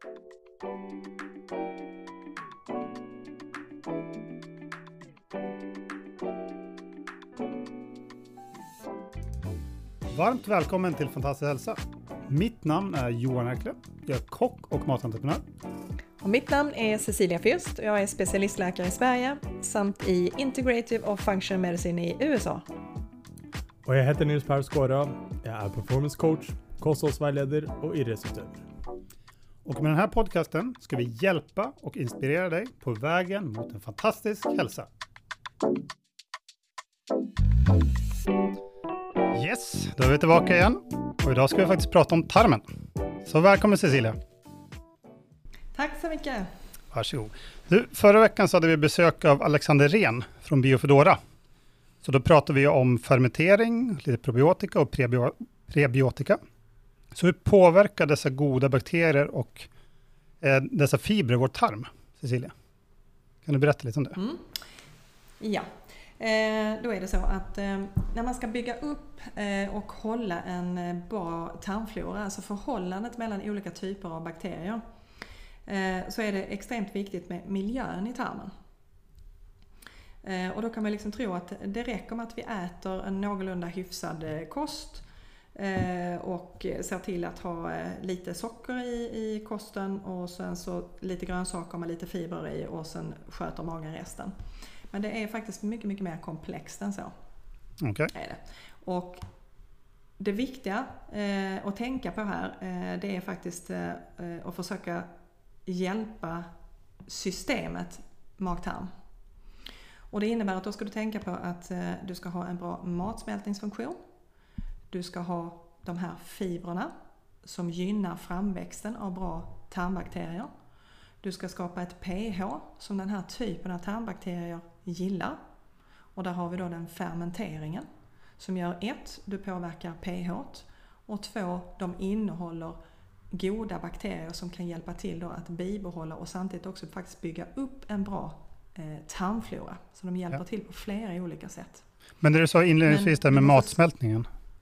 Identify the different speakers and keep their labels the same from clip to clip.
Speaker 1: Varmt välkommen till Fantastisk hälsa. Mitt namn är Johan Erkle. Jag är kock och matentreprenör.
Speaker 2: Och mitt namn är Cecilia Fürst. Jag är specialistläkare i Sverige samt i Integrative och Functional Medicine i USA.
Speaker 3: Och jag heter Nils Per Skåra. Jag är performance coach, kosthållsvägledare och idrottsutövare.
Speaker 1: Och med den här podcasten ska vi hjälpa och inspirera dig på vägen mot en fantastisk hälsa. Yes, då är vi tillbaka igen. Och idag ska vi faktiskt prata om tarmen. Så välkommen Cecilia.
Speaker 2: Tack så mycket.
Speaker 1: Varsågod. Du, förra veckan så hade vi besök av Alexander Rehn från Biofedora. Så då pratade vi om fermentering, lite probiotika och prebiotika. Så hur påverkar dessa goda bakterier och dessa fibrer vår tarm, Cecilia? Kan du berätta lite om det?
Speaker 2: Ja, då är det så att när man ska bygga upp och hålla en bra tarmflora, alltså förhållandet mellan olika typer av bakterier, så är det extremt viktigt med miljön i tarmen. Och då kan man liksom tro att det räcker med att vi äter en någorlunda hyfsad kost och ser till att ha lite socker i kosten och sen så lite grönsaker med lite fibrer i och sen sköter magen resten. Men det är faktiskt mycket, mycket mer komplext än så.
Speaker 1: Okay.
Speaker 2: Är det. Och det viktiga att tänka på här, det är faktiskt att försöka hjälpa systemet mag-tarm. Och det innebär att då ska du tänka på att du ska ha en bra matsmältningsfunktion. Du ska ha de här fibrerna som gynnar framväxten av bra tarmbakterier. Du ska skapa ett pH som den här typen av tarmbakterier gillar. Och där har vi då den fermenteringen som gör 1, du påverkar pH och 2, de innehåller goda bakterier som kan hjälpa till då att bibehålla och samtidigt också faktiskt bygga upp en bra tarmflora. Så de hjälper till på flera olika sätt.
Speaker 1: Men det du sa inledningsvis där med matsmältningen.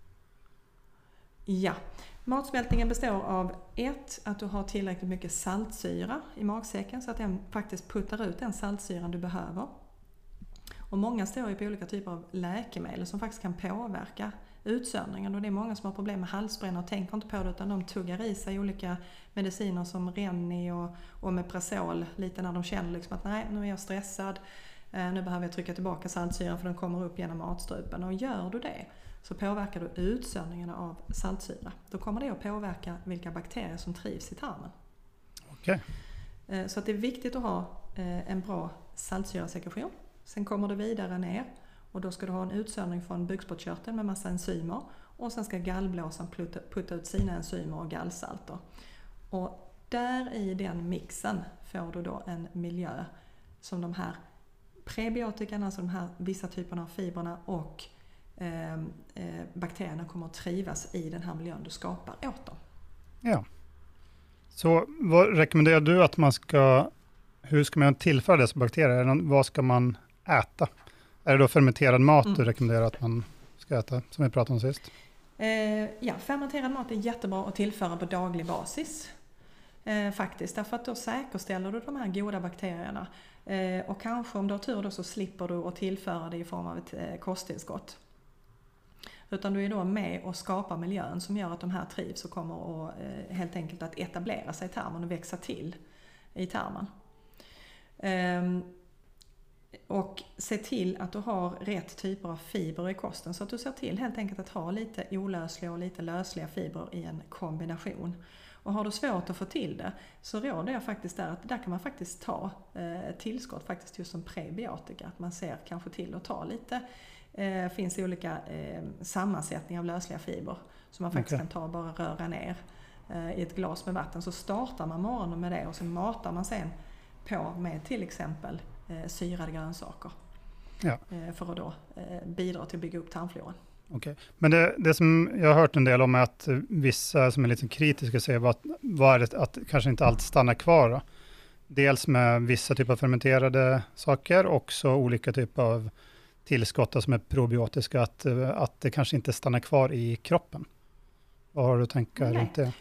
Speaker 2: Ja, matsmältningen består av 1, att du har tillräckligt mycket saltsyra i magsäcken så att den faktiskt puttar ut den saltsyran du behöver. Och många står ju på olika typer av läkemedel som faktiskt kan påverka utsöndringen. Och det är många som har problem med halsbränna och tänker inte på det utan de tuggar i sig olika mediciner som Renni och Omeprazol lite när de känner liksom att nej, nu är jag stressad, nu behöver jag trycka tillbaka saltsyran för den kommer upp genom matstrupen. Och gör du det så påverkar du utsöndringen av saltsyra. Då kommer det att påverka vilka bakterier som trivs i tarmen.
Speaker 1: Okay.
Speaker 2: Så att det är viktigt att ha en bra saltsyrasekretion. Sen kommer du vidare ner och då ska du ha en utsöndring från bukspottkörteln med massa enzymer. Och sen ska gallblåsan putta ut sina enzymer och gallsalter. Och där i den mixen får du då en miljö som de här prebiotikerna, alltså de här vissa typerna av fibrerna och bakterierna kommer att trivas i den här miljön du skapar åt dem.
Speaker 1: Ja. Så vad rekommenderar du att man ska, hur ska man tillföra dessa bakterier? Vad ska man äta? Är det då fermenterad mat du rekommenderar att man ska äta, som vi pratade om sist?
Speaker 2: Ja, fermenterad mat är jättebra att tillföra på daglig basis. Faktiskt, därför att då säkerställer du de här goda bakterierna. Och kanske om du har tur då så slipper du att tillföra det i form av ett kosttillskott. Utan du är då med och skapar miljön som gör att de här trivs och kommer att helt enkelt att etablera sig i tarmen och växa till i tarmen. Och se till att du har rätt typer av fibrer i kosten så att du ser till helt enkelt att ha lite olösliga och lite lösliga fibrer i en kombination. Och har du svårt att få till det så råder jag faktiskt där att där kan man faktiskt ta tillskott faktiskt just som prebiotika. Att man ser kanske till att ta lite, finns olika sammansättningar av lösliga fibrer som man faktiskt kan ta och bara röra ner i ett glas med vatten. Så startar man morgonen med det och så matar man sen på med till exempel syrade grönsaker för att då bidra till att bygga upp tarmfloran.
Speaker 1: Okay. Men det som jag har hört en del om är att vissa som är lite kritiska säger vad är det att kanske inte allt stannar kvar då? Dels med vissa typer av fermenterade saker och också olika typer av tillskott som är probiotiska att det kanske inte stannar kvar i kroppen. Vad har du att tänka runt det?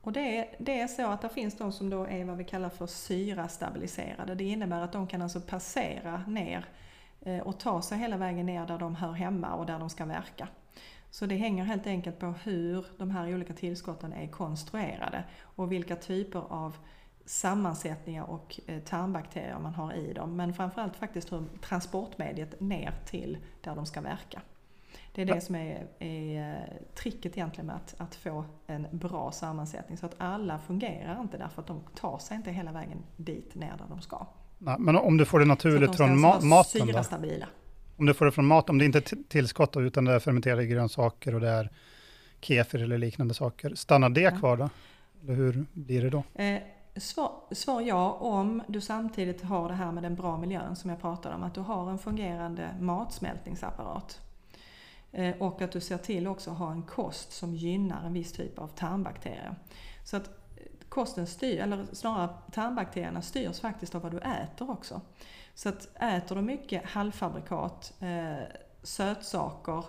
Speaker 2: Och det är så att det finns de som då är vad vi kallar för syrastabiliserade. Det innebär att de kan alltså passera ner och ta sig hela vägen ner där de hör hemma och där de ska verka. Så det hänger helt enkelt på hur de här olika tillskotten är konstruerade och vilka typer av sammansättningar och tarmbakterier man har i dem. Men framförallt faktiskt hur transportmediet ner till där de ska verka. Det är det som är tricket egentligen med att få en bra sammansättning. Så att alla fungerar inte därför att de tar sig inte hela vägen dit ner där de ska.
Speaker 1: Nej, men om du får det naturligt från maten då? Om du får det från mat, om det inte är tillskott då, utan det är fermenterade grönsaker och det är kefir eller liknande saker. Stannar det kvar då? Eller hur blir det då?
Speaker 2: Svar ja, om du samtidigt har det här med den bra miljön som jag pratade om. Att du har en fungerande matsmältningsapparat. Och att du ser till också att ha en kost som gynnar en viss typ av tarmbakterier. Så att kosten styr, eller snarare tarmbakterierna styrs faktiskt av vad du äter också. Så att äter du mycket halvfabrikat, sötsaker,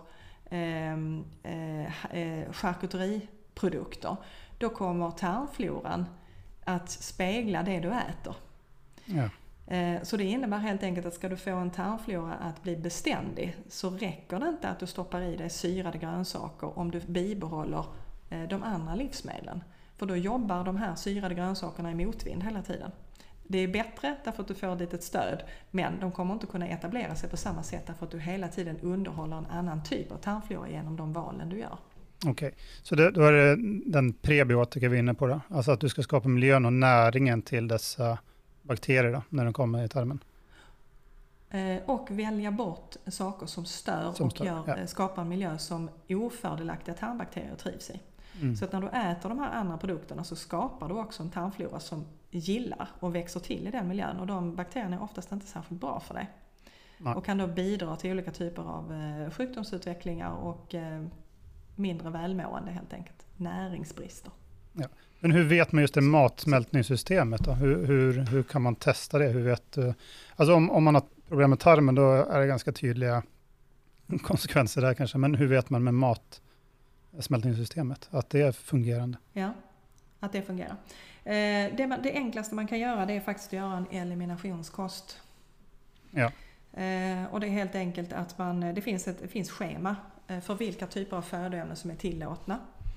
Speaker 2: charkuteriprodukter, då kommer tarmfloran att spegla det du äter.
Speaker 1: Ja.
Speaker 2: Så det innebär helt enkelt att ska du få en tarmflora att bli beständig så räcker det inte att du stoppar i dig syrade grönsaker om du bibehåller de andra livsmedlen. För då jobbar de här syrade grönsakerna i motvind hela tiden. Det är bättre därför att du får ett litet stöd, men de kommer inte kunna etablera sig på samma sätt därför att du hela tiden underhåller en annan typ av tarmflora genom de valen du gör.
Speaker 1: Okej, så då är det den prebiotika vi är inne på då? Alltså att du ska skapa miljön och näringen till dessa bakterier då, när de kommer i tarmen?
Speaker 2: Och välja bort saker som stör skapar en miljö som ofördelaktiga tarmbakterier trivs i. Så att när du äter de här andra produkterna så skapar du också en tarmflora som gillar och växer till i den miljön. Och de bakterierna är oftast inte särskilt bra för dig. Nej. Och kan då bidra till olika typer av sjukdomsutvecklingar och mindre välmående helt enkelt. Näringsbrister. Ja.
Speaker 1: Men hur vet man just det matsmältningssystemet då? Hur kan man testa det? Hur vet, alltså om man har problem med tarmen då är det ganska tydliga konsekvenser där kanske. Men hur vet man med matsmältningssystemet att det är fungerande?
Speaker 2: Ja, att det fungerar. Det enklaste man kan göra det är faktiskt att göra en eliminationskost.
Speaker 1: Ja.
Speaker 2: Och det är helt enkelt att det finns schema för vilka typer av födoämnen som är tillåtna.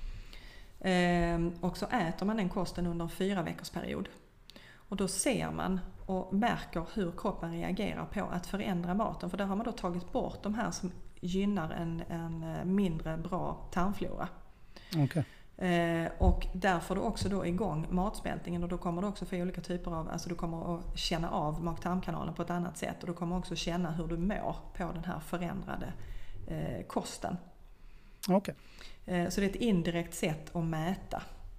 Speaker 2: Och så äter man den kosten under en 4-veckorsperiod. Och då ser man och märker hur kroppen reagerar på att förändra maten. För där har man då tagit bort de här som gynnar en mindre bra tarmflora.
Speaker 1: Okay.
Speaker 2: Och där får du också då igång matsmältningen och då kommer du också få olika typer av, alltså du kommer att känna av mag-tarmkanalen på ett annat sätt och du kommer också känna hur du mår på den här förändrade kosten.
Speaker 1: Okay.
Speaker 2: Så det är ett indirekt sätt att mäta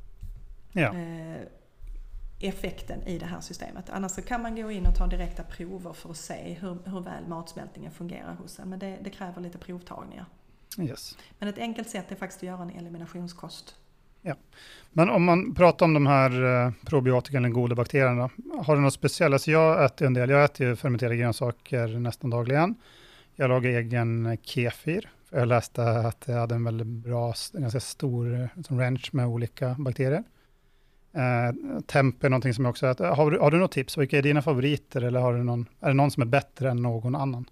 Speaker 2: effekten i det här systemet. Annars så kan man gå in och ta direkta prover för att se hur väl matsmältningen fungerar hos en. Men det kräver lite provtagningar.
Speaker 1: Yes.
Speaker 2: Men ett enkelt sätt är faktiskt att göra en eliminationskost.
Speaker 1: Ja. Men om man pratar om de här probiotika eller goda bakterierna, har du något speciellt? Alltså jag äter ju fermenterade grönsaker nästan dagligen. Jag lagar egen kefir. Jag läste att jag hade en väldigt bra, ganska stor range med olika bakterier. Tempe är någonting som jag också äter. Har du något tips? Vilka är dina favoriter? Eller är det någon som är bättre än någon annan?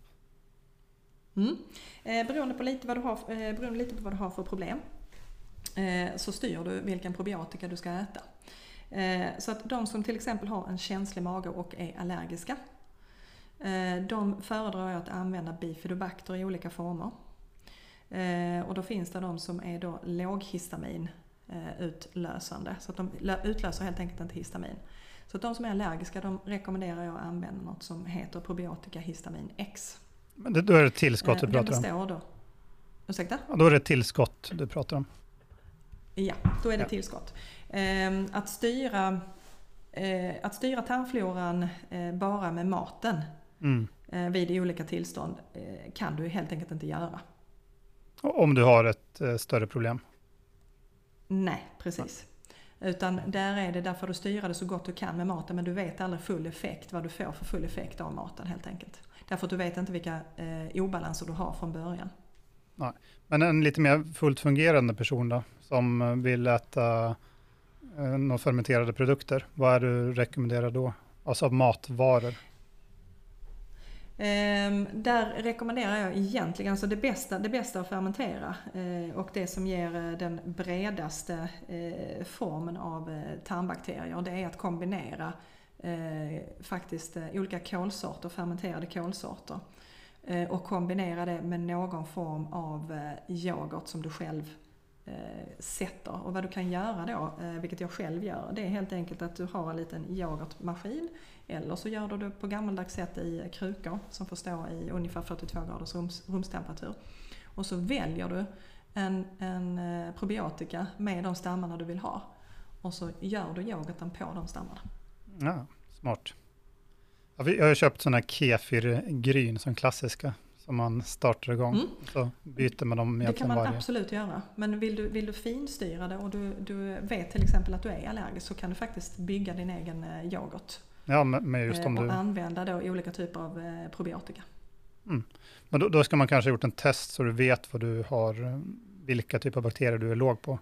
Speaker 2: Beroende lite på vad du har för problem så styr du vilken probiotika du ska äta. Så att de som till exempel har en känslig mage och är allergiska, de föredrar jag att använda bifidobacter i olika former. Och då finns det de som är då låghistamin utlösande. Så att de utlöser helt enkelt inte histamin. Så att de som är allergiska, de rekommenderar jag att använda något som heter probiotika histamin X.
Speaker 1: Men då är det tillskott du pratar om?
Speaker 2: Då. Ursäkta?
Speaker 1: Då är det tillskott du pratar om?
Speaker 2: Ja, då är det tillskott. Att styra tarmfloran bara med maten vid olika tillstånd kan du helt enkelt inte göra.
Speaker 1: Om du har ett större problem?
Speaker 2: Nej, precis. Utan där är det därför du styr det så gott du kan med maten, men du vet aldrig vad du får för full effekt av maten helt enkelt. Därför att du vet inte vilka obalanser du har från början. Nej.
Speaker 1: Men en lite mer fullt fungerande person då, som vill äta några fermenterade produkter, vad är du rekommenderar då? Alltså av matvaror?
Speaker 2: Där rekommenderar jag egentligen alltså det bästa att fermentera och det som ger den bredaste formen av tarmbakterier, det är att kombinera faktiskt olika kolsorter, fermenterade kolsorter, och kombinera det med någon form av yoghurt som du själv sätter. Och vad du kan göra då, vilket jag själv gör, det är helt enkelt att du har en liten yoghurtmaskin, eller så gör du det på gammaldags sätt i krukor som får stå i ungefär 42 graders rumstemperatur. Och så väljer du en probiotika med de stammarna du vill ha. Och så gör du yoghurten på de stammarna.
Speaker 1: Ja, smart. Jag har köpt sådana här kefirgryn som klassiska som man startar igång. Så byter man dem
Speaker 2: det kan man absolut göra. Men vill du finstyra det och du vet till exempel att du är allergisk, så kan du faktiskt bygga din egen yoghurt.
Speaker 1: Ja, med just om
Speaker 2: och använda då olika typer av probiotika.
Speaker 1: Men då ska man kanske ha gjort en test så du vet vad du har, vilka typer av bakterier du är låg på.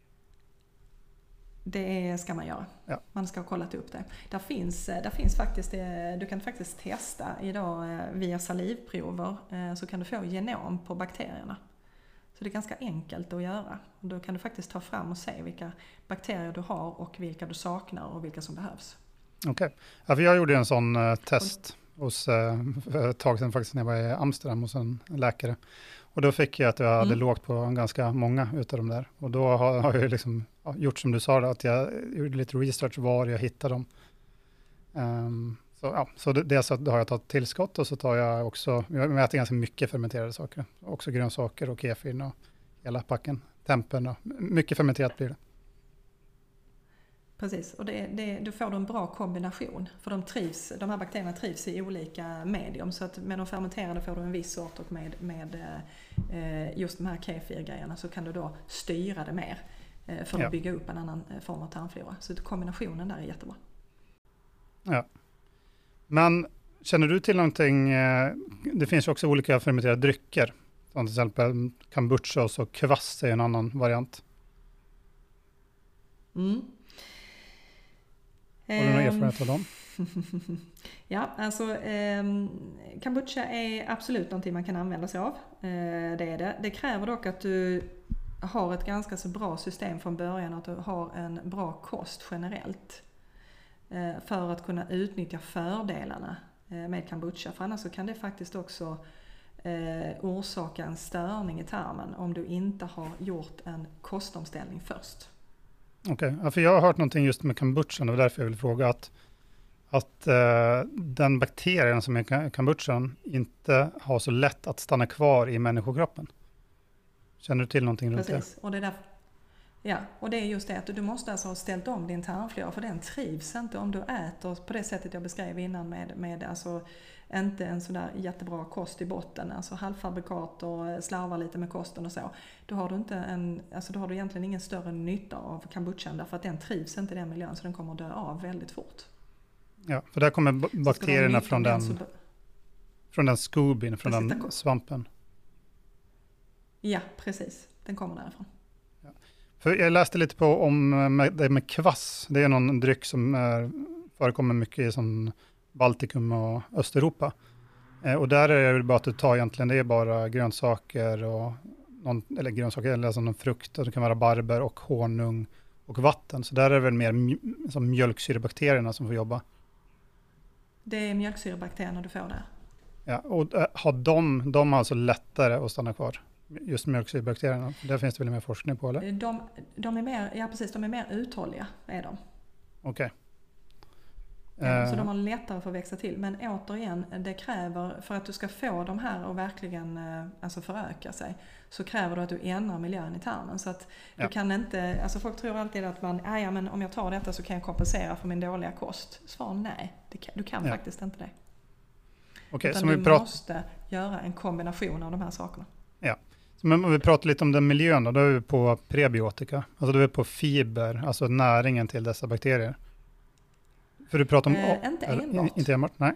Speaker 2: Det ska man göra.
Speaker 1: Ja.
Speaker 2: Man ska ha kollat upp det. Där finns faktiskt, du kan faktiskt testa idag via salivprover, så kan du få genom på bakterierna. Så det är ganska enkelt att göra. Och då kan du faktiskt ta fram och se vilka bakterier du har och vilka du saknar och vilka som behövs.
Speaker 1: Okej. Ja, för jag gjorde en sån test hos ett tag sedan faktiskt när jag var i Amsterdam hos en läkare. Och då fick jag att jag hade lågt på ganska många utav dem där. Och då har jag liksom gjort som du sa, att jag gjorde lite research var jag hittade dem. Så det så har jag tagit tillskott, och så tar jag också, jag äter ganska mycket fermenterade saker. Också grönsaker och kefir och hela packen. Tempen och mycket fermenterat blir det.
Speaker 2: Precis, och då får du en bra kombination. För de här bakterierna trivs i olika medium. Så att med de fermenterade får du en viss sort, och med just de här kefirgrejerna så kan du då styra det mer för att bygga upp en annan form av tarmflora. Så kombinationen där är jättebra. Ja.
Speaker 1: Men känner du till någonting, det finns ju också olika fermenterade drycker. Som till exempel kombucha och kvass är en annan variant. Har du någon erfarenhet av dem?
Speaker 2: Ja, alltså kombucha är absolut någonting man kan använda sig av. Det är det. Det kräver dock att du har ett ganska så bra system från början, att du har en bra kost generellt. För att kunna utnyttja fördelarna med kombucha. För annars så kan det faktiskt också orsaka en störning i tarmen om du inte har gjort en kostomställning först.
Speaker 1: Okej, ja, för jag har hört någonting just med kombuchan, och därför jag vill fråga att den bakterien som är i kombuchan inte har så lätt att stanna kvar i människokroppen. Känner du till någonting runt det?
Speaker 2: Precis, och det är därför. Ja, och det är just det att du måste alltså ha ställt om din tarmflora, för den trivs inte om du äter på det sättet jag beskrev innan med alltså inte en sån där jättebra kost i botten, alltså halvfabrikat och slarvar lite med kosten och så. Då har du egentligen ingen större nytta av kombuchan, därför att den trivs inte i den miljön, så den kommer att dö av väldigt fort.
Speaker 1: Ja, för där kommer bakterierna från den scobin, från den svampen.
Speaker 2: Ja, precis. Den kommer därifrån.
Speaker 1: För jag läste lite på om det med kvass. Det är någon dryck som förekommer mycket i som Baltikum och Östeuropa. Och där är det bara att du tar egentligen, det är bara grönsaker eller alltså någon frukt. Och det kan vara barber och honung och vatten. Så där är det väl mer som mjölksyrebakterierna som får jobba. Det är
Speaker 2: mjölksyrebakterierna du får där.
Speaker 1: Ja, och har de alltså lättare att stanna kvar? Just mjölksyrebakterierna, där finns det väl mer forskning på, eller?
Speaker 2: De är mer uthålliga, är de.
Speaker 1: Okej.
Speaker 2: Så de har lättare för att växa till. Men återigen, det kräver, för att du ska få de här och verkligen föröka sig, så kräver det att du ändrar miljön i tarmen. Så att du kan inte, alltså folk tror alltid att men om jag tar detta så kan jag kompensera för min dåliga kost. Svar nej, du kan faktiskt inte det.
Speaker 1: Okej,
Speaker 2: så du måste göra en kombination av de här sakerna.
Speaker 1: Ja. Men om vi pratar lite om den miljön då är vi på prebiotika. Alltså då är vi på fiber, alltså näringen till dessa bakterier. För du pratar om...
Speaker 2: inte enbart.
Speaker 1: Inte enbart, nej.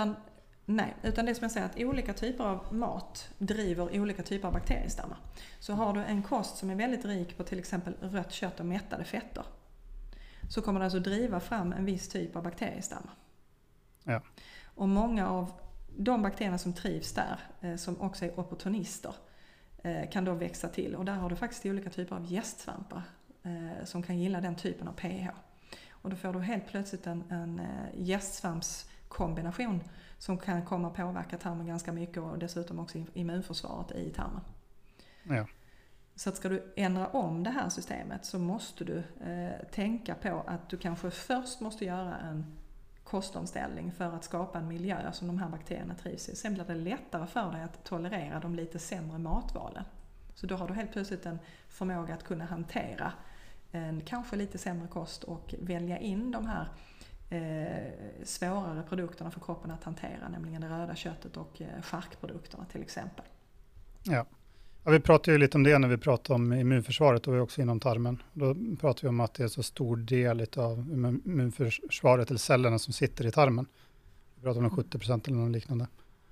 Speaker 2: Utan det som jag säger, att olika typer av mat driver olika typer av bakteriestammar. Så har du en kost som är väldigt rik på till exempel rött kött och mättade fetter, så kommer det alltså driva fram en viss typ av bakteriestammar.
Speaker 1: Ja.
Speaker 2: Och många av de bakterierna som trivs där, som också är opportunister, kan då växa till. Och där har du faktiskt olika typer av jästsvampar som kan gilla den typen av pH. Och då får du helt plötsligt en jästsvampskombination som kan komma att påverka tarmen ganska mycket och dessutom också immunförsvaret i tarmen.
Speaker 1: Ja.
Speaker 2: Så att ska du ändra om det här systemet så måste du tänka på att du kanske först måste göra en kostomställning för att skapa en miljö som de här bakterierna trivs i. Sen blir det lättare för dig att tolerera de lite sämre matvalen. Så då har du helt plötsligt en förmåga att kunna hantera en kanske lite sämre kost och välja in de här svårare produkterna för kroppen att hantera, nämligen det röda köttet och charkprodukterna till exempel.
Speaker 1: Ja. Ja, vi pratade ju lite om det när vi pratade om immunförsvaret och också inom tarmen. Då pratade vi om att det är så stor del av immunförsvaret eller cellerna som sitter i tarmen. Vi pratade om 70% eller något liknande.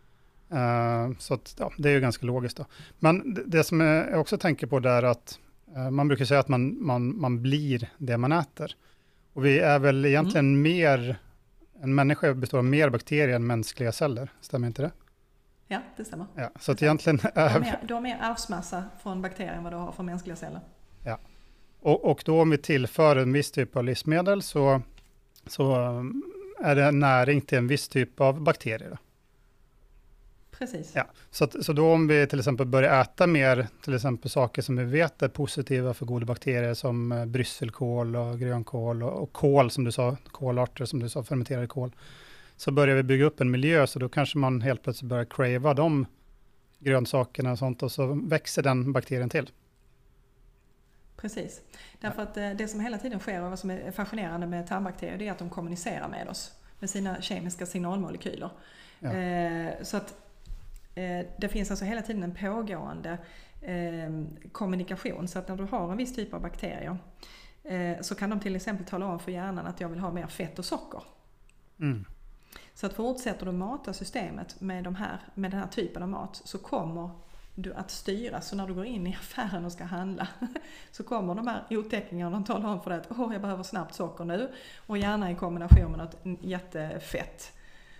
Speaker 1: Så att, ja, det är ju ganska logiskt då. Men det som jag också tänker på där är att man brukar säga att man blir det man äter. Och vi är väl egentligen en människa består av mer bakterier än mänskliga celler, stämmer inte det?
Speaker 2: Ja, det stämmer.
Speaker 1: Ja, så att egentligen
Speaker 2: du har mer arvsmassa från bakterier än vad du har från mänskliga celler.
Speaker 1: Ja, och då om vi tillför en viss typ av livsmedel så är det näring till en viss typ av bakterier.
Speaker 2: Precis.
Speaker 1: Ja, så då om vi till exempel börjar äta mer, till exempel saker som vi vet är positiva för goda bakterier som brysselkål och grönkål och kål som du sa, kålarter som du sa, fermenterad kål. Så börjar vi bygga upp en miljö så då kanske man helt plötsligt börjar crava de grönsakerna och sånt och så växer den bakterien till.
Speaker 2: Precis. Därför att det som hela tiden sker och vad som är fascinerande med tarmbakterier det är att de kommunicerar med oss med sina kemiska signalmolekyler.
Speaker 1: Ja.
Speaker 2: Så att det finns alltså hela tiden en pågående kommunikation så att när du har en viss typ av bakterier så kan de till exempel tala om för hjärnan att jag vill ha mer fett och socker.
Speaker 1: Mm.
Speaker 2: Så att fortsätter du mata systemet med den här typen av mat så kommer du att styra. Så när du går in i affären och ska handla så kommer de här otäckningarna och talar om för dig att jag behöver snabbt socker nu och gärna i kombination med något jättefett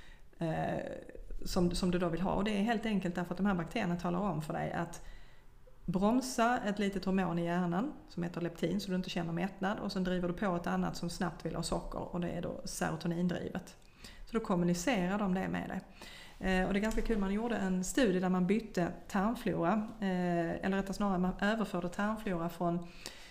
Speaker 2: som du då vill ha. Och det är helt enkelt därför att de här bakterierna talar om för dig att bromsa ett litet hormon i hjärnan som heter leptin så du inte känner mättnad och sen driver du på ett annat som snabbt vill ha socker och det är då serotonindrivet. Så då kommunicerar de det med dig. Och det är ganska kul, man gjorde en studie där man bytte tarmflora, eller rättare snarare man överförde tarmflora från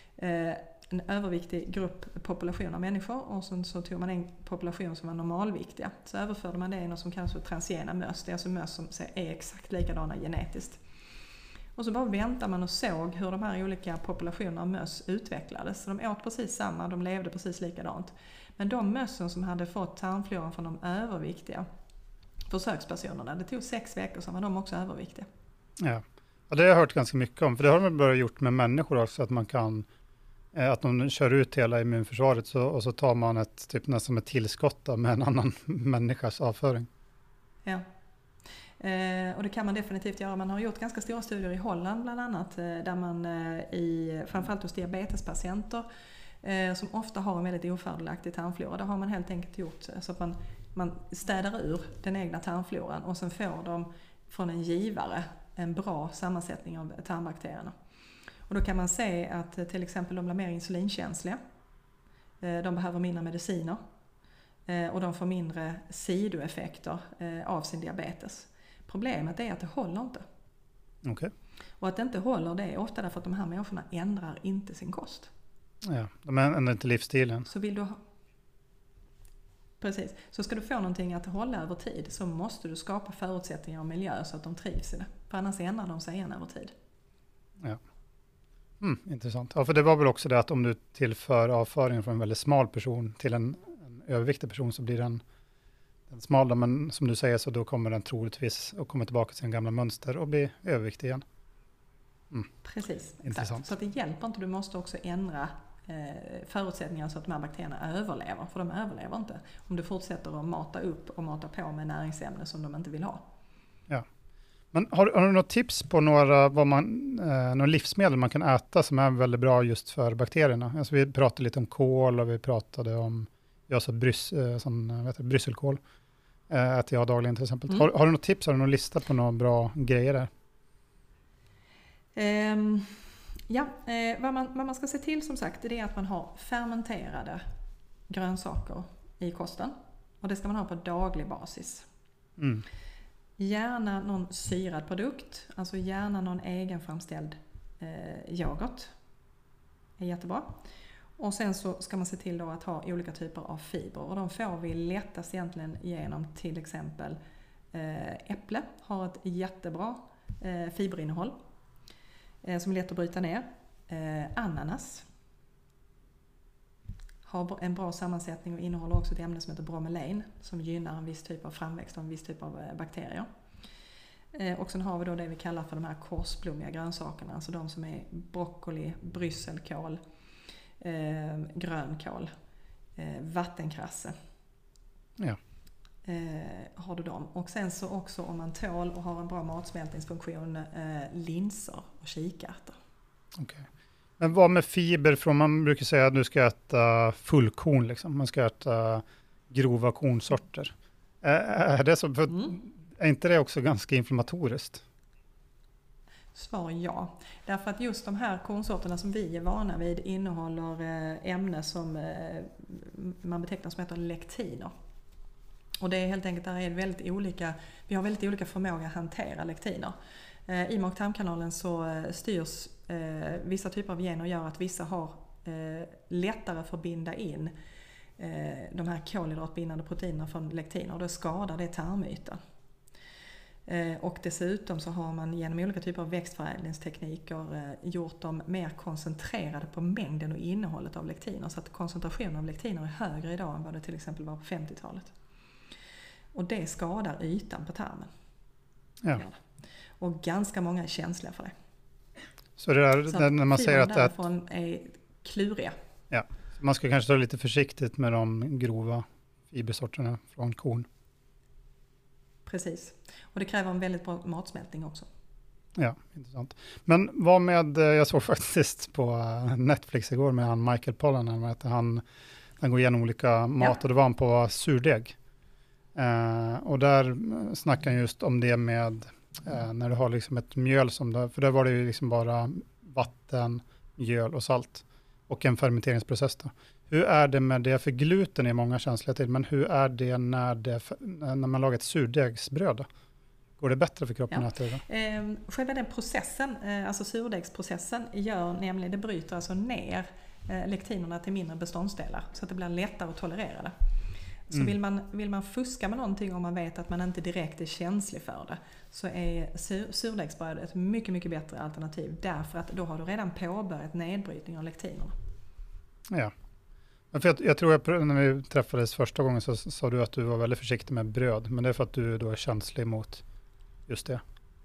Speaker 2: en överviktig population av människor och sen så tog man en population som var normalviktiga. Så överförde man det i något som kallas för transgena möss, det är alltså möss som är exakt likadana genetiskt. Och så bara väntar man och såg hur de här olika populationerna av möss utvecklades. Så de åt precis samma, de levde precis likadant. Men de mössen som hade fått tarmfloran från de överviktiga försökspersonerna, det tog 6 veckor så var de också överviktiga.
Speaker 1: Ja, och det har jag hört ganska mycket om. För det har man börjat gjort med människor också, att man kan att de kör ut hela immunförsvaret och så tar man ett typ nästan ett tillskott med en annan människas avföring.
Speaker 2: Ja. Och det kan man definitivt göra. Man har gjort ganska stora studier i Holland bland annat där man framförallt hos diabetespatienter som ofta har en väldigt ofördelaktig tarmflora. Där har man helt enkelt gjort så att man städar ur den egna tarmfloran och sen får de från en givare en bra sammansättning av tarmbakterierna. Och då kan man se att till exempel de blir mer insulinkänsliga. De behöver mindre mediciner och de får mindre sidoeffekter av sin diabetes. Problemet är att det håller inte.
Speaker 1: Okay.
Speaker 2: Och att det inte håller, det är ofta därför att de här människorna ändrar inte sin kost.
Speaker 1: Ja, de ändrar inte livsstilen.
Speaker 2: Så vill du Precis. Så ska du få någonting att hålla över tid så måste du skapa förutsättningar och miljö så att de trivs i det. För annars ändrar de sig igen över tid.
Speaker 1: Ja. Intressant. Ja, för det var väl också det att om du tillför avföringen från en väldigt smal person till en överviktig person så blir den smal. Men som du säger så då kommer den troligtvis att komma tillbaka till sin gamla mönster och bli överviktig igen.
Speaker 2: Precis.
Speaker 1: Intressant.
Speaker 2: Exakt. Så att det hjälper inte. Du måste också ändra förutsättningar så att de här bakterierna överlever. För de överlever inte om du fortsätter att mata upp och mata på med näringsämnen som de inte vill ha.
Speaker 1: Ja. Men har du något tips på några livsmedel man kan äta som är väldigt bra just för bakterierna? Alltså vi pratade lite om kål och vi pratade om brysselkål. Äter jag dagligen till exempel. Har du något tips? Har du någon lista på några bra grejer där?
Speaker 2: Vad man ska se till som sagt, det är att man har fermenterade grönsaker i kosten. Och det ska man ha på daglig basis.
Speaker 1: Mm.
Speaker 2: Gärna någon syrad produkt, alltså gärna någon egenframställd yoghurt. Det är jättebra. Och sen så ska man se till då att ha olika typer av fibrer. Och de får vi lättast egentligen genom till exempel äpple. Har ett jättebra fiberinnehåll som är lätt att bryta ner. Ananas har en bra sammansättning och innehåller också ett ämne som heter bromelain som gynnar en viss typ av framväxt av en viss typ av bakterier. Och sen har vi då det vi kallar för de här korsblommiga grönsakerna, alltså de som är broccoli, brysselkål, grönkål, vattenkrasse.
Speaker 1: Ja.
Speaker 2: Har du dem. Och sen så också om man tål och har en bra matsmältningsfunktion, linser och kikärtor.
Speaker 1: Okay. Men vad med fiber från, man brukar säga att du ska äta fullkorn liksom. Man ska äta grova kornsorter. Är det så? Är inte det också ganska inflammatoriskt?
Speaker 2: Svar ja. Därför att just de här kornsorterna som vi är vana vid innehåller ämnen som man betecknar som heter lektiner. Och det är helt enkelt, där är väldigt olika, vi har väldigt olika förmåga att hantera lektiner. I mag-tarmkanalen så styrs vissa typer av gener gör att vissa har lättare för att binda in de här kolhydratbindande proteinerna från lektiner och då skadar det tarmytan. Och dessutom så har man genom olika typer av växtförädlingstekniker gjort dem mer koncentrerade på mängden och innehållet av lektiner så att koncentrationen av lektiner är högre idag än vad det till exempel var på 50-talet. Och det skadar ytan på tarmen. Ja. Och ganska många är känsliga för det.
Speaker 1: Så det där,
Speaker 2: så
Speaker 1: när man säger att
Speaker 2: därifrån är kluriga.
Speaker 1: Ja, man ska kanske ta lite försiktigt med de grova fibersorterna från korn.
Speaker 2: Precis. Och det kräver en väldigt bra matsmältning också.
Speaker 1: Ja, intressant. Men vad med, jag såg faktiskt på Netflix igår med han Michael Pollan, han går igenom olika mat och det var han på surdeg. Och där snackar han just om det med när du har liksom ett mjöl för där var det ju liksom bara vatten, mjöl och salt och en fermenteringsprocess då. Hur är det med det, för gluten är många känsliga till, men hur är det när man lagar ett surdegsbröd då? Går det bättre för kroppen att äta det?
Speaker 2: Själva den processen, alltså surdegsprocessen, gör nämligen, det bryter alltså ner lektinerna till mindre beståndsdelar så att det blir lättare att tolerera det. Så vill man fuska med någonting om man vet att man inte direkt är känslig för det, så är surdegsbröd ett mycket, mycket bättre alternativ, därför att då har du redan påbörjat nedbrytning av lektinerna.
Speaker 1: Ja. För jag tror när vi träffades första gången så sa du att du var väldigt försiktig med bröd, men det är för att du då är känslig mot just det.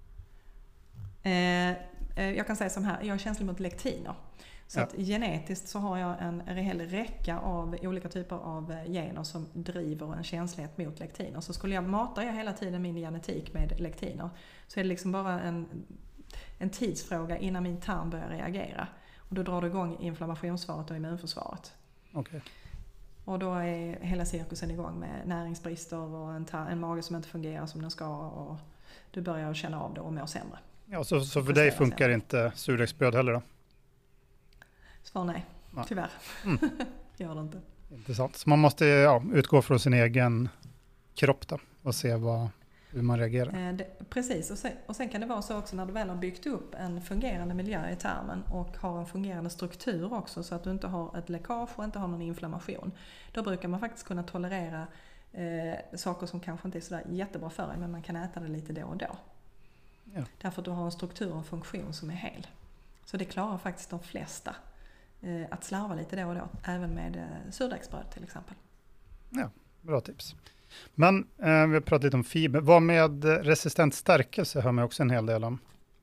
Speaker 2: Jag kan säga som här, jag är känslig mot lektiner. Så att genetiskt så har jag en hel räcka av olika typer av gener som driver en känslighet mot lektiner. Så skulle jag mata hela tiden min genetik med lektiner, så är det liksom bara en tidsfråga innan min tarm börjar reagera. Och då drar det igång inflammationssvaret och immunförsvaret.
Speaker 1: Okay.
Speaker 2: Och då är hela cirkusen igång med näringsbrister och en mage som inte fungerar som den ska, och du börjar känna av det och må sämre.
Speaker 1: Ja, så för dig funkar inte surdegsbröd heller då?
Speaker 2: Svar nej, tyvärr. Gör det inte.
Speaker 1: Intressant. Så man måste utgå från sin egen kropp då och se hur man reagerar.
Speaker 2: Precis, och sen kan det vara så också när du väl har byggt upp en fungerande miljö i tarmen och har en fungerande struktur också, så att du inte har ett läckage och inte har någon inflammation. Då brukar man faktiskt kunna tolerera saker som kanske inte är sådär jättebra för dig, men man kan äta det lite då och då. Ja. Därför att du har en struktur och en funktion som är hel. Så det klarar faktiskt de flesta att slarva lite då och då, även med surdegsbröd till exempel.
Speaker 1: Ja, bra tips. Men vi har pratat lite om fiber. Vad med resistent stärkelse hör man också en hel del om.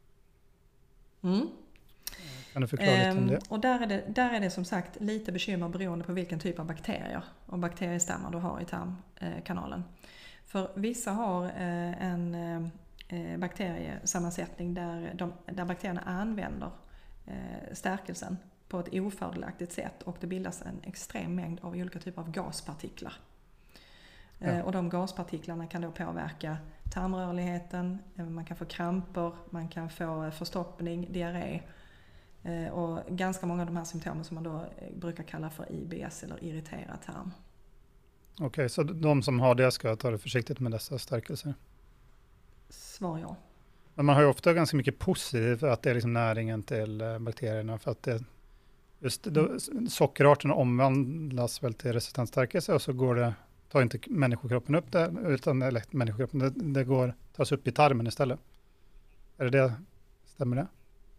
Speaker 1: Kan du förklara lite om det?
Speaker 2: Och där är det som sagt lite bekymmer beroende på vilken typ av bakterier och bakteriestammar du har i tarmkanalen. För vissa har bakteriesammansättning där bakterierna använder stärkelsen på ett ofördelaktigt sätt och det bildas en extrem mängd av olika typer av gaspartiklar. Och de gaspartiklarna kan då påverka tarmrörligheten, man kan få kramper, man kan få förstoppning, diarré och ganska många av de här symptomen som man då brukar kalla för IBS eller irriterad tarm.
Speaker 1: Okej, så de som har det ska ta det försiktigt med dessa stärkelser?
Speaker 2: Svar ja.
Speaker 1: Men man har ju ofta ganska mycket positivt för att det är liksom näringen till bakterierna för att det, just sockerarterna omvandlas väl till resistent stärkelse och så tar inte människokroppen upp det utan människokroppen, det tas upp i tarmen istället. Stämmer det?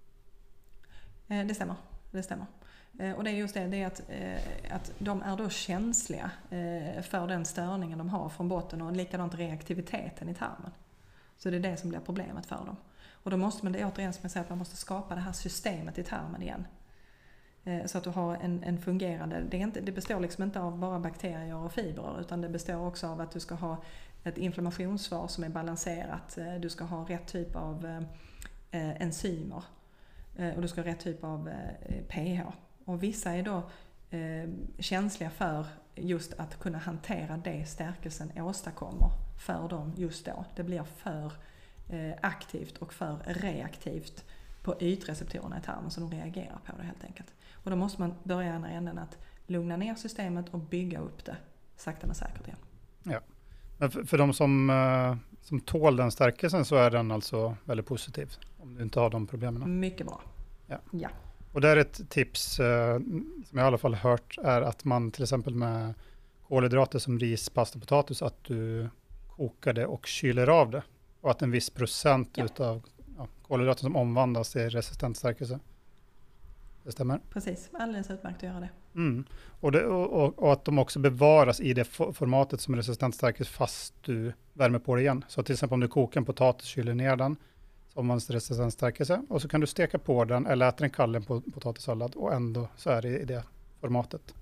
Speaker 2: Det stämmer. Och det är just det är att de är då känsliga för den störningen de har från botten och likadant reaktiviteten i tarmen. Så det är det som blir problemet för dem. Och då måste man, det är återigen som jag säger, att man måste skapa det här systemet i tarmen igen. Så att du har en fungerande, det består liksom inte av bara bakterier och fibrer utan det består också av att du ska ha ett inflammationssvar som är balanserat. Du ska ha rätt typ av enzymer och du ska ha rätt typ av pH. Och vissa är då känsliga för just att kunna hantera det stärkelsen åstadkommer för dem just då. Det blir för aktivt och för reaktivt på ytreceptorerna i tarmen så de reagerar på det helt enkelt. Och då måste man börja i andra änden att lugna ner systemet och bygga upp det sakta men säkert igen.
Speaker 1: Ja, men för de som tål den stärkelsen så är den alltså väldigt positiv om du inte har de problemen.
Speaker 2: Mycket bra. Ja.
Speaker 1: Och där är ett tips som jag i alla fall hört är att man till exempel med kolhydrater som ris, pasta, potatis att du kokar det och kyler av det. Och att en viss procent utav kolhydrater som omvandlas till resistent stärkelse. Det stämmer?
Speaker 2: Precis, alldeles utmärkt att göra det.
Speaker 1: Mm. Och att de också bevaras i det formatet som resistent stärkelse fast du värmer på det igen. Så till exempel om du kokar en potatis, kyler ner den så omvandlas till resistent stärkelse och så kan du steka på den eller äta den kall på potatissallad och ändå så är det i det formatet.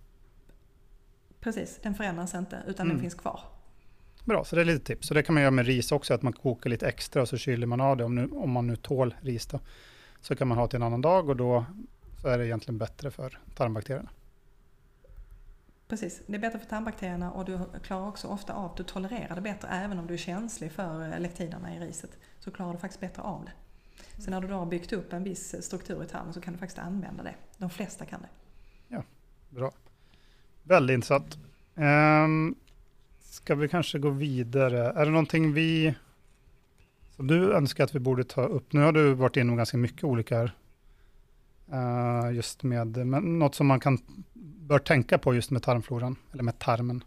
Speaker 2: Precis, den förändras inte utan den finns kvar.
Speaker 1: Bra, så det är lite tips. Så det kan man göra med ris också, att man kokar lite extra och så kyler man av det om man nu tål ris då. Så kan man ha till en annan dag och då så är det egentligen bättre för tarmbakterierna.
Speaker 2: Precis, det är bättre för tarmbakterierna och du klarar också ofta av, du tolererar det bättre även om du är känslig för lektinerna i riset så klarar du faktiskt bättre av det. Så när du då har byggt upp en viss struktur i tarmen så kan du faktiskt använda det. De flesta kan det.
Speaker 1: Ja, bra. Väldigt intressant. Ska vi kanske gå vidare? Är det någonting som du önskar att vi borde ta upp? Nu har du varit inom ganska mycket olika just men något som man bör tänka på just med tarmfloran eller med tarmen.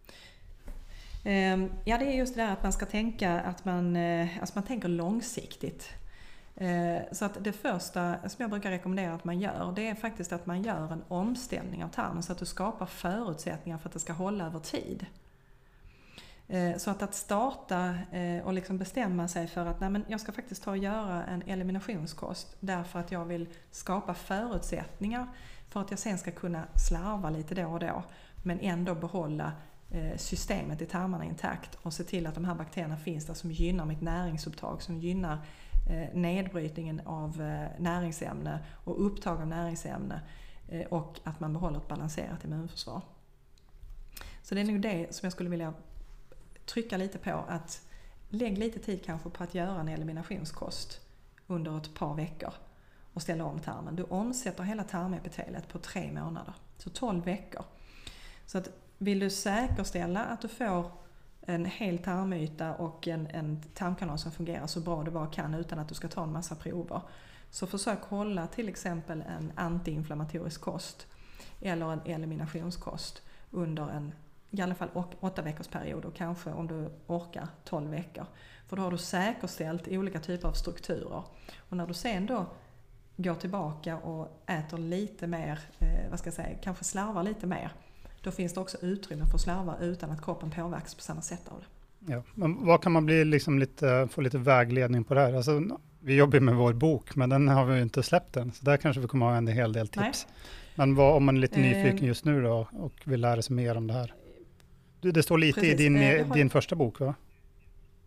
Speaker 2: Ja, det är just det där att man ska tänka att man tänker långsiktigt. Så att det första som jag brukar rekommendera att man gör, det är faktiskt att man gör en omställning av tarmen så att du skapar förutsättningar för att det ska hålla över tid. Så att starta och liksom bestämma sig för att jag ska faktiskt ta och göra en eliminationskost därför att jag vill skapa förutsättningar för att jag sen ska kunna slarva lite då och då men ändå behålla systemet i tarmarna intakt och se till att de här bakterierna finns där som gynnar mitt näringsupptag, som gynnar nedbrytningen av näringsämne och upptag av näringsämne och att man behåller ett balanserat immunförsvar. Så det är nog det som jag skulle vilja trycka lite på, att lägg lite tid kanske på att göra en eliminationskost under ett par veckor och ställa om tarmen. Du omsätter hela tarmepiteliet på 3 månader, så 12 veckor. Så att vill du säkerställa att du får en hel tarmyta och en tarmkanal som fungerar så bra du bara kan utan att du ska ta en massa prover, så försök hålla till exempel en antiinflammatorisk kost eller en eliminationskost under i alla fall 8 veckors period och kanske om du orkar 12 veckor. För då har du säkerställt olika typer av strukturer. Och när du sen då går tillbaka och äter lite mer, kanske slarvar lite mer, då finns det också utrymme för att slarva utan att kroppen påverkas på samma sätt av det.
Speaker 1: Ja, men vad kan man bli få lite vägledning på det här? Alltså, vi jobbar med vår bok, men den har vi ju inte släppt än. Så där kanske vi kommer ha en hel del tips. Nej. Men om man är lite nyfiken just nu då och vill lära sig mer om det här? Det står lite i din första bok, va?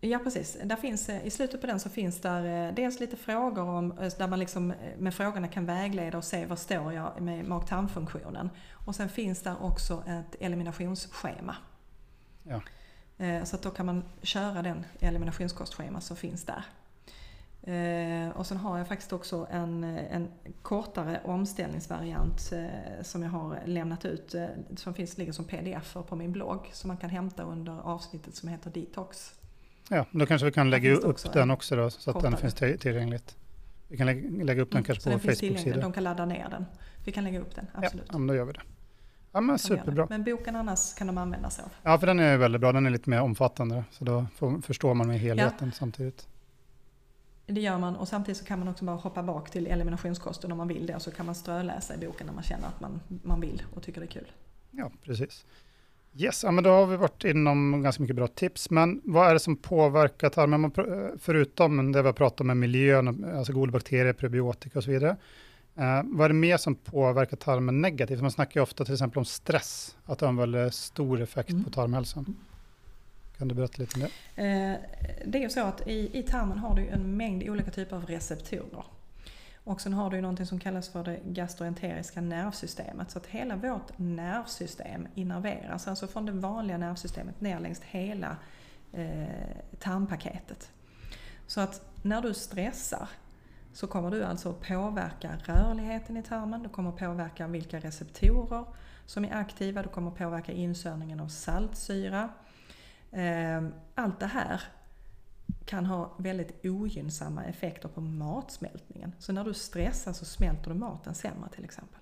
Speaker 2: Ja, precis. Där finns, i slutet på den så finns där dels lite frågor om, där man liksom med frågorna kan vägleda och se vad står jag med mag-tarmfunktionen. Och sen finns där också ett eliminationsschema.
Speaker 1: Ja.
Speaker 2: Så att då kan man köra den eliminationskostschema som finns där. Och sen har jag faktiskt också en kortare omställningsvariant som jag har lämnat ut, som ligger som pdf på min blogg, som man kan hämta under avsnittet som heter Detox.
Speaker 1: Ja, då kanske vi kan lägga upp den också då, så att den finns tillgängligt. Vi kan lägga upp den kanske på Facebook-sidan.
Speaker 2: De kan ladda ner den. Vi kan lägga upp den, absolut.
Speaker 1: Ja, då gör vi det. Ja, men superbra.
Speaker 2: Men boken annars kan de använda sig av.
Speaker 1: Ja, för den är väldigt bra. Den är lite mer omfattande, så då förstår man med helheten samtidigt.
Speaker 2: Det gör man, och samtidigt så kan man också bara hoppa bak till eliminationskosten om man vill det, och så kan man ströläsa i boken när man känner att man vill och tycker det är kul.
Speaker 1: Ja, precis. Yes, ja, men då har vi varit inom ganska mycket bra tips, men vad är det som påverkar tarmen, förutom det vi har pratat om med miljön, alltså goda bakterier, probiotika och så vidare? Vad är det mer som påverkar tarmen negativt? Man snackar ju ofta till exempel om stress, att det har en väldigt stor effekt på tarmhälsan. Kan du berätta lite om det?
Speaker 2: Det är ju så att i tarmen har du en mängd olika typer av receptorer. Och sen har du ju någonting som kallas för det gastroenteriska nervsystemet. Så att hela vårt nervsystem innerveras, alltså från det vanliga nervsystemet ner längs hela tarmpaketet. Så att när du stressar så kommer du alltså påverka rörligheten i tarmen, du kommer påverka vilka receptorer som är aktiva, du kommer påverka insöndringen av saltsyra. Allt det här kan ha väldigt ogynnsamma effekter på matsmältningen. Så när du stressar så smälter du maten sämre till exempel.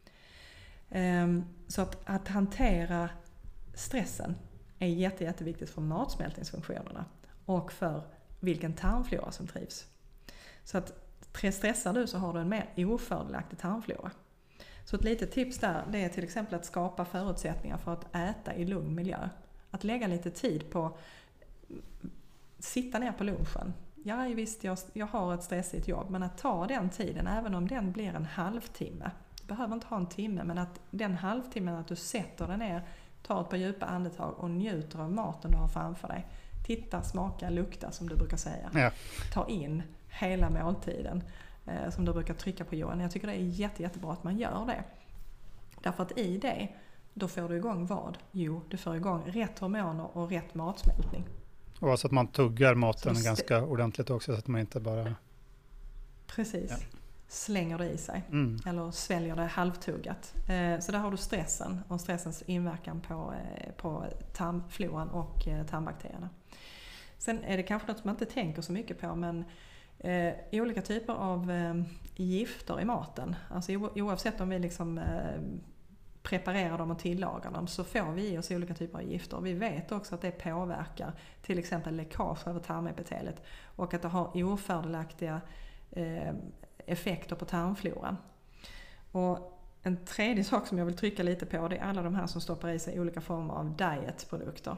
Speaker 2: Så att hantera stressen är jätteviktigt för matsmältningsfunktionerna och för vilken tarmflora som trivs. Så att stressar du så har du en mer ofördelaktig tarmflora. Så ett litet tips där, det är till exempel att skapa förutsättningar för att äta i lugn miljö. Att lägga lite tid på sitta ner på lunchen. Ja, visst, jag har ett stressigt jobb, men att ta den tiden, även om den blir en halvtimme. Du behöver inte ha en timme, men att den halvtimmen att du sätter dig ner, tar ett par djupa andetag och njuter av maten du har framför dig. Titta, smaka, lukta som du brukar säga.
Speaker 1: Ja.
Speaker 2: Ta in hela måltiden som du brukar trycka på Johan. Jag tycker det är jättebra att man gör det. Därför att i det, då får du igång vad? Jo, du får igång rätt hormoner och rätt matsmältning.
Speaker 1: Och så att man tuggar maten ganska ordentligt också, så att man inte bara...
Speaker 2: Precis. Slänger det i sig. Eller sväljer det halvtuggat. Så där har du stressen och stressens inverkan på tarmfloran och tarmbakterierna. Sen är det kanske något som man inte tänker så mycket på, men olika typer av gifter i maten. Alltså oavsett om vi liksom preparerar dem och tillagar dem, så får vi i oss olika typer av gifter. Vi vet också att det påverkar till exempel läckage över tarmepitelet och att det har ofördelaktiga effekter på tarmfloran. Och en tredje sak som jag vill trycka lite på, det är alla de här som stoppar i sig olika former av dietprodukter.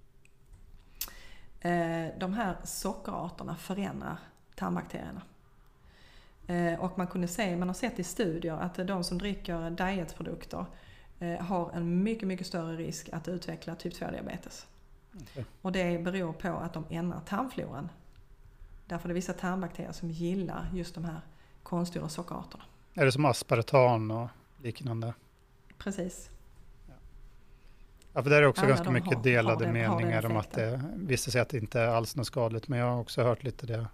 Speaker 2: De här sockerarterna förändrar tarmbakterierna. Och man har sett i studier att de som dricker dietprodukter har en mycket större risk att utveckla typ 2-diabetes. Okay. Och det beror på att de ändrar tarmfloran. Därför är det vissa tarmbakterier som gillar just de här konstgjorda sockerarterna.
Speaker 1: Är det som aspartam och liknande?
Speaker 2: Precis.
Speaker 1: Ja, för det är också ganska mycket delade meningar om att det visar sig att det inte är alls något skadligt, men jag har också hört lite det.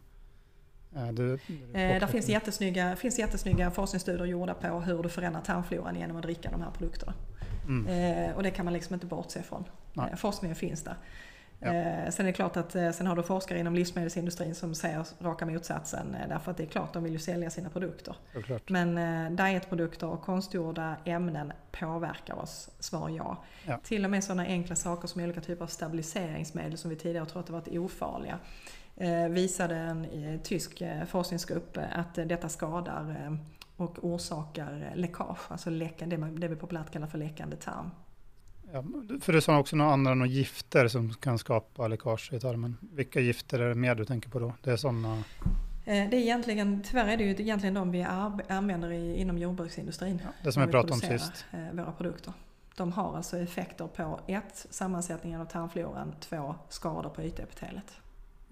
Speaker 2: Det finns jättesnygga forskningsstudier gjorda på hur du förändrar tarmfloran genom att dricka de här produkterna. Och det kan man liksom inte bortse ifrån. Forskningen finns där. Ja. Sen är det klart att sen har du forskare inom livsmedelsindustrin som säger raka motsatsen, därför att det är klart de vill ju sälja sina produkter. Men dietprodukter och konstgjorda ämnen påverkar oss, svar ja. Till och med sådana enkla saker som olika typer av stabiliseringsmedel som vi tidigare trodde varit ofarliga, visade en tysk forskningsgrupp att detta skadar och orsakar läckage, alltså det vi populärt kallar för läckande tarm.
Speaker 1: Ja, för det är också några gifter som kan skapa läckage i tarmen. Vilka gifter är det mer du tänker på då? Det är sådana...
Speaker 2: Tyvärr är det ju egentligen de vi använder inom jordbruksindustrin.
Speaker 1: Ja, det som vi pratade om sist.
Speaker 2: Våra produkter. De har alltså effekter på 1. Sammansättningen av tarmfloran, 2. Skador på ytepitelet.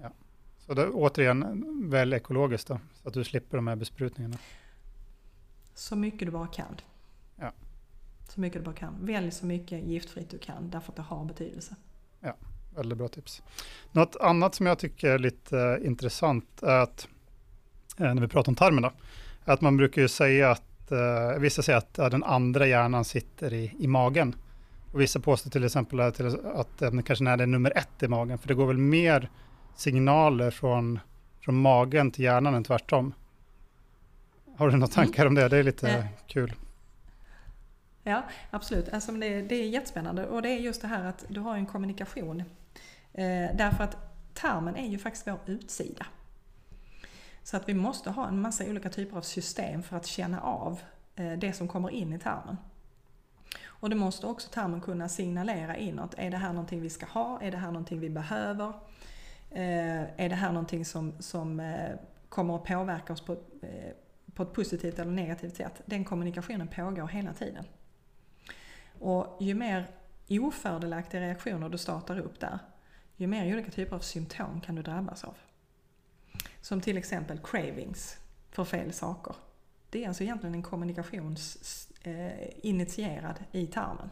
Speaker 1: Så det är återigen väl ekologiskt då, så att du slipper de här besprutningarna.
Speaker 2: Så mycket du bara kan.
Speaker 1: Ja.
Speaker 2: Så mycket du bara kan. Välj så mycket giftfritt du kan, därför att det har betydelse.
Speaker 1: Ja, väldigt bra tips. Något annat som jag tycker är lite intressant är att, när vi pratar om tarmen då, att man brukar ju säga att, vissa säger att den andra hjärnan sitter i magen. Och vissa påstår till exempel att den kanske är nummer 1 i magen, för det går väl mer signaler från magen till hjärnan än tvärtom. Har du några tankar om det? Det är lite kul.
Speaker 2: Ja, absolut. Alltså, det är jättespännande. Och det är just det här att du har en kommunikation. Därför att tarmen är ju faktiskt vår utsida. Så att vi måste ha en massa olika typer av system för att känna av det som kommer in i tarmen. Och det måste också tarmen kunna signalera inåt. Är det här någonting vi ska ha? Är det här någonting vi behöver? Är det här någonting som kommer att påverka oss på ett positivt eller negativt sätt? Den kommunikationen pågår hela tiden. Och ju mer ofördelaktiga reaktioner du startar upp där, ju mer olika typer av symptom kan du drabbas av. Som till exempel cravings för fel saker. Det är alltså egentligen en kommunikationsinitierad i tarmen.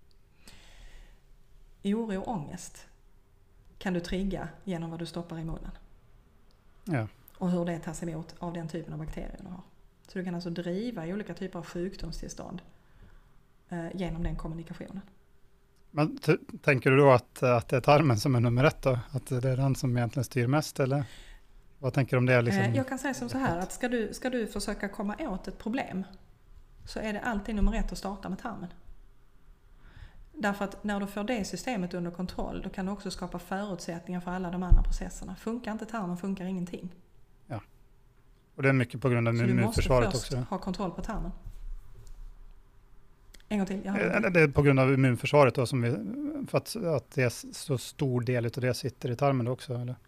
Speaker 2: Oro och ångest kan du trigga genom vad du stoppar i munnen.
Speaker 1: Ja.
Speaker 2: Och hur det tas emot av den typen av bakterier du har. Så du kan alltså driva i olika typer av sjukdomstillstånd genom den kommunikationen.
Speaker 1: Men tänker du då att det är tarmen som är nummer 1 då? Att det är den som egentligen styr mest, eller? Vad tänker du om det? Liksom?
Speaker 2: Jag kan säga som så här, att ska du försöka komma åt ett problem, så är det alltid nummer 1 att starta med tarmen. Därför att när du får det systemet under kontroll, då kan du också skapa förutsättningar för alla de andra processerna. Funkar inte tarmen, funkar ingenting.
Speaker 1: Ja. Och det är mycket på grund av immunförsvaret också.
Speaker 2: Så du måste först ha kontroll på tarmen. En gång till.
Speaker 1: Det är på grund av immunförsvaret då, för att det är så stor del av det sitter i tarmen då också, eller?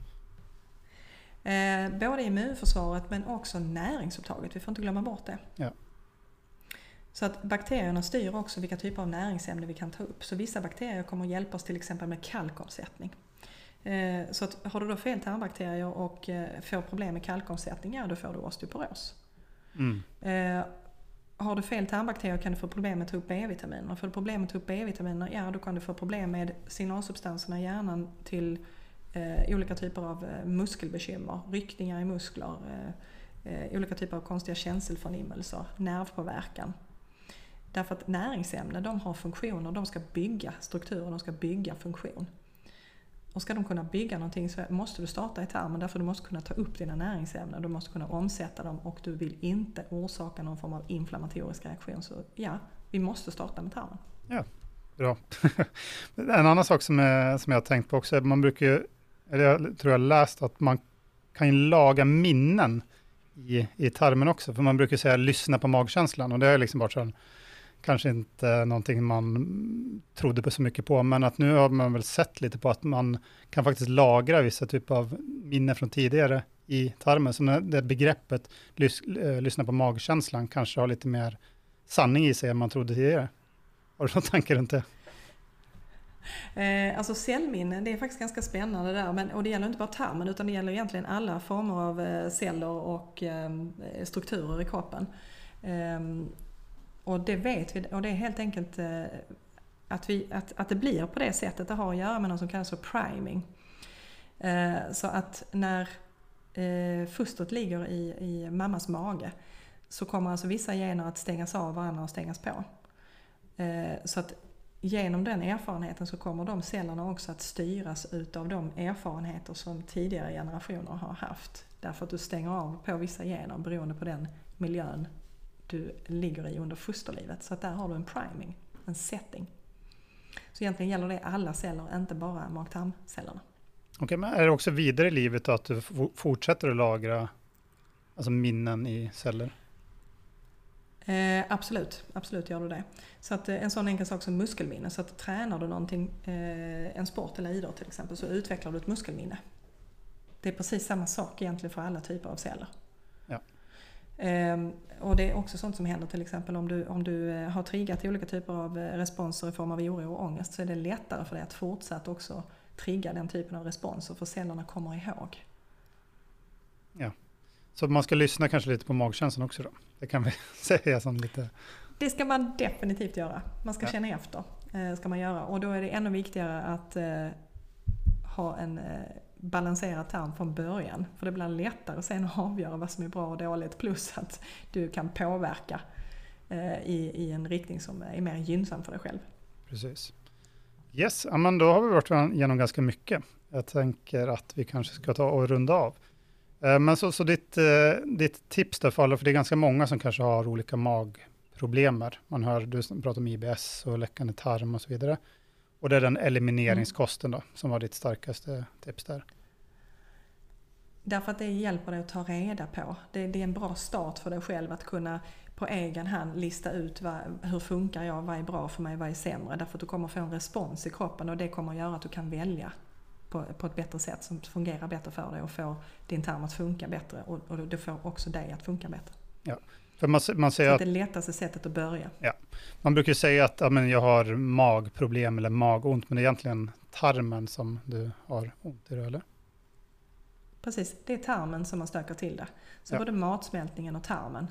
Speaker 2: Både immunförsvaret men också näringsupptaget. Vi får inte glömma bort det.
Speaker 1: Ja.
Speaker 2: Så att bakterierna styr också vilka typer av näringsämnen vi kan ta upp. Så vissa bakterier kommer att hjälpa oss till exempel med kalkomsättning. Så att har du då fel tarmbakterier och får problem med kalkomsättning, ja, då får du osteoporos. Har du fel tarmbakterier kan du få problem med att ta upp B-vitaminer. Får du problem med att ta upp B-vitaminer, ja, då kan du få problem med signalsubstanserna i hjärnan till olika typer av muskelbekymmer, ryckningar i muskler, olika typer av konstiga känselförnimmelser, nervpåverkan. Därför att näringsämnen, de har funktioner, de ska bygga strukturer, de ska bygga funktion. Och ska de kunna bygga någonting så måste du starta i tarmen, därför du måste kunna ta upp dina näringsämnen, du måste kunna omsätta dem och du vill inte orsaka någon form av inflammatorisk reaktion. Så ja, vi måste starta med tarmen.
Speaker 1: Ja, bra. En annan sak som jag har tänkt på också, man brukar ju, eller jag tror jag läst att man kan ju laga minnen i tarmen också, för man brukar säga lyssna på magkänslan, och det är liksom bara så kanske inte någonting man trodde på så mycket på, men att nu har man väl sett lite på att man kan faktiskt lagra vissa typer av minnen från tidigare i tarmen, så det begreppet lyssna på magkänslan kanske har lite mer sanning i sig än man trodde tidigare. Har du någon tanke runt det?
Speaker 2: Alltså cellminnen, det är faktiskt ganska spännande där, och det gäller inte bara tarmen utan det gäller egentligen alla former av celler och strukturer i kroppen. Och det vet vi, och det är helt enkelt att det blir på det sättet. Det har att göra med något som kallas för priming. Så att när fostret ligger i mammas mage så kommer alltså vissa gener att stängas av varandra och stängas på. Så att genom den erfarenheten så kommer de cellerna också att styras utav de erfarenheter som tidigare generationer har haft. Därför att du stänger av på vissa gener beroende på den miljön du ligger i under fosterlivet. Så att där har du en priming, en setting. Så egentligen gäller det alla celler, inte bara mag-tarmcellerna. Okej,
Speaker 1: men är det också vidare i livet att du fortsätter att lagra alltså minnen i celler?
Speaker 2: Absolut gör du det. Så att en sån enkel sak som muskelminne, så att tränar du någonting, en sport eller idrott till exempel, så utvecklar du ett muskelminne. Det är precis samma sak egentligen för alla typer av celler.
Speaker 1: Ja.
Speaker 2: Och det är också sånt som händer till exempel om du har triggat olika typer av responser i form av oro och ångest, så är det lättare för dig att fortsatt också trigga den typen av responser för cellerna kommer ihåg.
Speaker 1: Ja, så man ska lyssna kanske lite på magkänslan också då. Det kan vi säga som lite...
Speaker 2: Det ska man definitivt göra. Man ska känna efter, ska man göra. Och då är det ännu viktigare att ha en balanserad tarm från början. För det blir lättare sen att avgöra vad som är bra och dåligt. Plus att du kan påverka i en riktning som är mer gynnsam för dig själv.
Speaker 1: Precis. Yes, men då har vi varit igenom ganska mycket. Jag tänker att vi kanske ska ta och runda av. Men så ditt tips då för alla, för det är ganska många som kanske har olika magproblem. Man hör, du pratar om IBS och läckande tarm och så vidare. Och det är den elimineringskosten då, som var ditt starkaste tips där.
Speaker 2: Därför att det hjälper dig att ta reda på. Det är en bra start för dig själv att kunna på egen hand lista ut hur funkar jag, vad är bra för mig, vad är sämre. Därför att du kommer få en respons i kroppen och det kommer att göra att du kan välja på ett bättre sätt som fungerar bättre för dig och får din tarm att funka bättre och du får också dig att funka bättre.
Speaker 1: Ja, för man säger
Speaker 2: så att det är det lättaste sättet att börja. Ja.
Speaker 1: Man brukar säga att jag har magproblem eller magont, men det är egentligen tarmen som du har ont i, eller?
Speaker 2: Precis, det är tarmen som man stökar till det. Så både matsmältningen och tarmen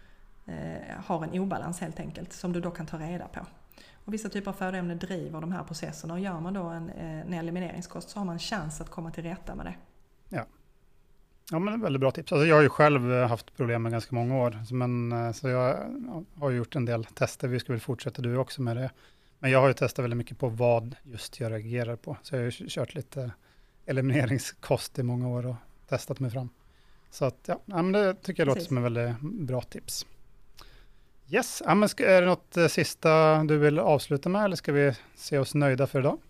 Speaker 2: har en obalans helt enkelt som du då kan ta reda på. Och vissa typer av födoämnen driver de här processerna och gör man då en elimineringskost så har man chans att komma till rätta med det.
Speaker 1: Ja, men det är väldigt bra tips. Alltså jag har ju själv haft problem med ganska många år, så jag har gjort en del tester. Vi ska väl fortsätta du också med det. Men jag har ju testat väldigt mycket på vad just jag reagerar på. Så jag har ju kört lite elimineringskost i många år och testat mig fram. Så att, men det tycker jag låter som en väldigt bra tips. Yes, men är det något sista du vill avsluta med eller ska vi se oss nöjda för idag?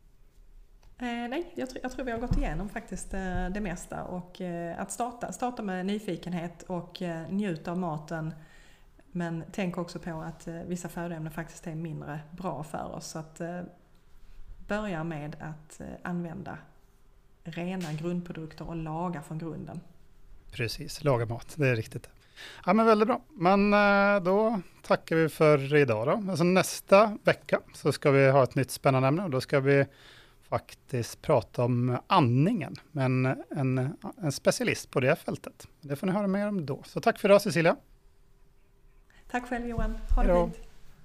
Speaker 2: Nej, jag tror vi har gått igenom faktiskt det mesta och att starta med nyfikenhet och njuta av maten, men tänk också på att vissa födoämnen faktiskt är mindre bra för oss, så att börja med att använda rena grundprodukter och laga från grunden.
Speaker 1: Precis, laga mat, det är riktigt. Ja, men väldigt bra. Men då tackar vi för idag då. Alltså nästa vecka så ska vi ha ett nytt spännande ämne och då ska vi faktiskt prata om andningen, men en specialist på det fältet. Det får ni höra mer om då. Så tack för idag, Cecilia.
Speaker 2: Tack själv, Johan. Ha det fint.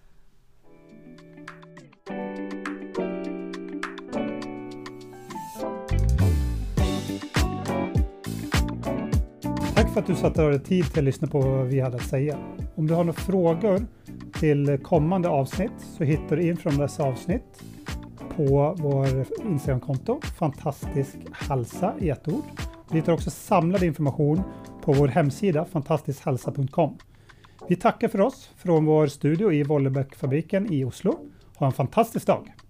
Speaker 1: Tack för att du satte av tid till att lyssna på vad vi hade att säga. Om du har några frågor till kommande avsnitt så hittar du in från dessa avsnitt på vår Instagramkonto, Fantastisk Halsa i ett ord. Du hittar också samlad information på vår hemsida fantastiskhalsa.com. Vi tackar för oss från vår studio i Vollebækfabriken i Oslo. Ha en fantastisk dag!